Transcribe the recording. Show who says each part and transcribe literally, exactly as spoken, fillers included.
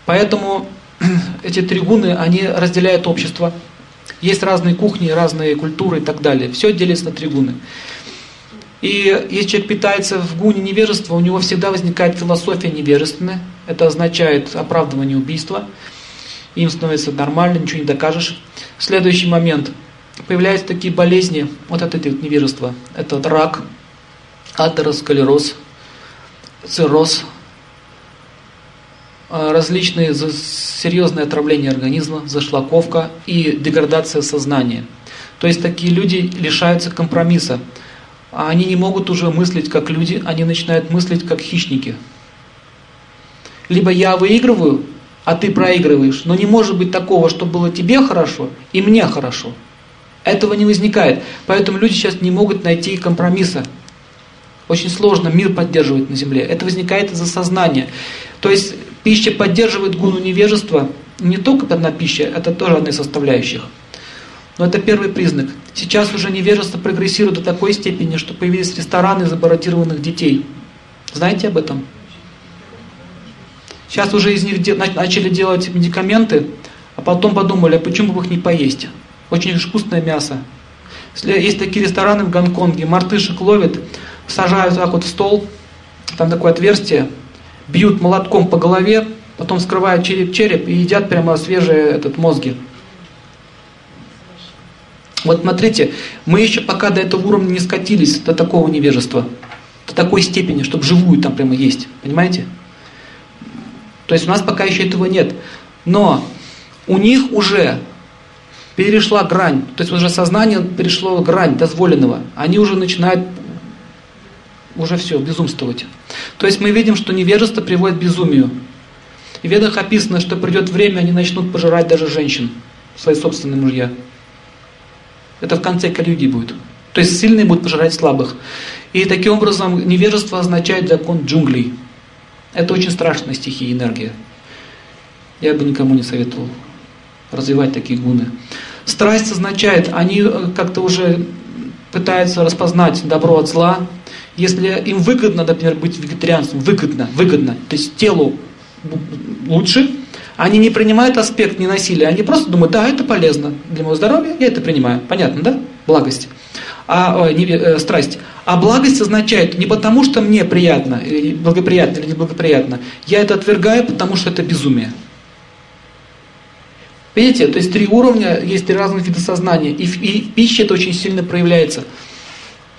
Speaker 1: Поэтому эти три гуны, они разделяют общество. Есть разные кухни, разные культуры и так далее. Все делится на три гуны. И если человек питается в гуне невежества, у него всегда возникает философия невежественная. Это означает оправдывание убийства. Им становится нормально, ничего не докажешь. Следующий момент. Появляются такие болезни, вот от этого невежества. Это рак, атеросклероз, цирроз, различные серьезные отравления организма, зашлаковка и деградация сознания. То есть такие люди лишаются компромисса. Они не могут уже мыслить как люди, они начинают мыслить как хищники. Либо я выигрываю, а ты проигрываешь, но не может быть такого, что было тебе хорошо и мне хорошо. Этого не возникает. Поэтому люди сейчас не могут найти компромисса. Очень сложно мир поддерживать на земле. Это возникает из-за сознания. То есть пища поддерживает гуну невежества. Не только одна пища, это тоже одна из составляющих. Но это первый признак. Сейчас уже невежество прогрессирует до такой степени, что появились рестораны забаррикадированных детей. Знаете об этом? Сейчас уже из них де- начали делать медикаменты, а потом подумали, а почему бы их не поесть? Очень вкусное мясо. Есть такие рестораны в Гонконге, мартышек ловят, сажают так вот в стол, там такое отверстие, бьют молотком по голове, потом вскрывают череп-череп и едят прямо свежие этот, мозги. Вот смотрите, мы еще пока до этого уровня не скатились, до такого невежества, до такой степени, чтобы живую там прямо есть, понимаете? То есть у нас пока еще этого нет. Но у них уже перешла грань, то есть уже сознание перешло грань дозволенного. Они уже начинают уже все, безумствовать. То есть мы видим, что невежество приводит к безумию. И в Ведах описано, что придет время, они начнут пожирать даже женщин, свои собственные мужья. Это в конце Кали-юги будет. То есть сильные будут пожирать слабых. И таким образом невежество означает закон джунглей. Это очень страшная стихия, энергия. Я бы никому не советовал развивать такие гуны. Страсть означает, они как-то уже пытаются распознать добро от зла. Если им выгодно, например, быть вегетарианцем, выгодно, выгодно, то есть телу лучше, они не принимают аспект ненасилия, они просто думают, да, это полезно для моего здоровья, я это принимаю. Понятно, да? Благость. А, не, э, страсть. А благость означает не потому, что мне приятно, или благоприятно, или неблагоприятно. Я это отвергаю, потому что это безумие. Видите, то есть три уровня, есть три разных вида сознания. И, и в пище это очень сильно проявляется.